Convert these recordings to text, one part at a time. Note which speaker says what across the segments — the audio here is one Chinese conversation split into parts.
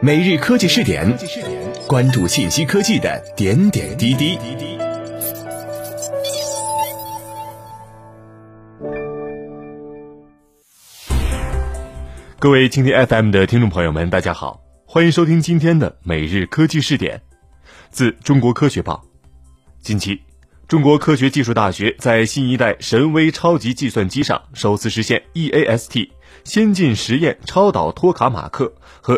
Speaker 1: 每日科技视点，关注信息科技的点点滴滴。各位蜻蜓 FM 的听众朋友们，大家好，欢迎收听今天的每日科技视点。自中国科学报，近期中国科学技术大学在新一代神威超级计算机上首次实现 EAST 先进实验超导托卡马克和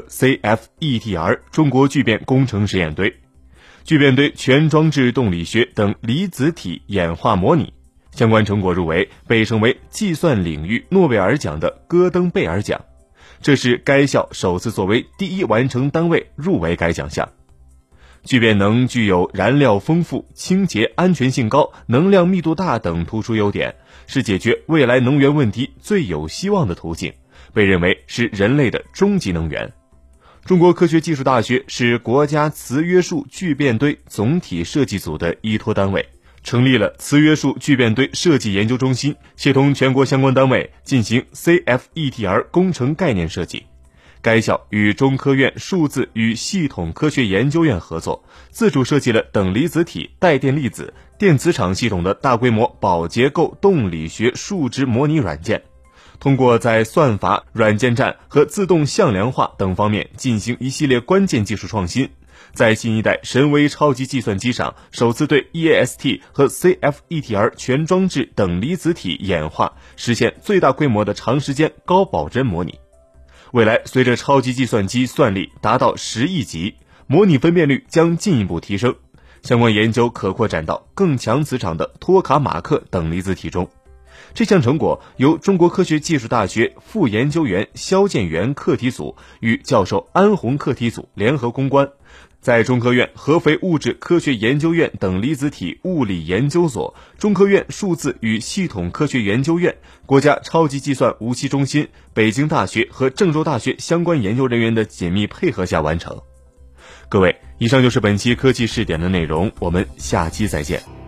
Speaker 1: CFETR 中国聚变工程实验堆、聚变堆全装置动力学等离子体演化模拟，相关成果入围被称为计算领域诺贝尔奖的戈登贝尔奖，这是该校首次作为第一完成单位入围该奖项。聚变能具有燃料丰富、清洁、安全性高、能量密度大等突出优点，是解决未来能源问题最有希望的途径，被认为是人类的终极能源。中国科学技术大学是国家磁约束聚变堆总体设计组的依托单位，成立了磁约束聚变堆设计研究中心，协同全国相关单位进行 CFETR 工程概念设计。该校与中科院数字与系统科学研究院合作，自主设计了等离子体、带电粒子、电磁场系统的大规模宝结构动力学数值模拟软件，通过在算法、软件站和自动向量化等方面进行一系列关键技术创新，在新一代神威超级计算机上首次对 EAST 和 CFETR 全装置等离子体演化实现最大规模的长时间高保真模拟。未来随着超级计算机算力达到10亿级，模拟分辨率将进一步提升，相关研究可扩展到更强磁场的托卡马克等离子体中。这项成果由中国科学技术大学副研究员肖建元课题组与教授安红课题组联合攻关，在中科院合肥物质科学研究院等离子体物理研究所、中科院数字与系统科学研究院、国家超级计算武器中心、北京大学和郑州大学相关研究人员的紧密配合下完成。各位，以上就是本期科技视点的内容，我们下期再见。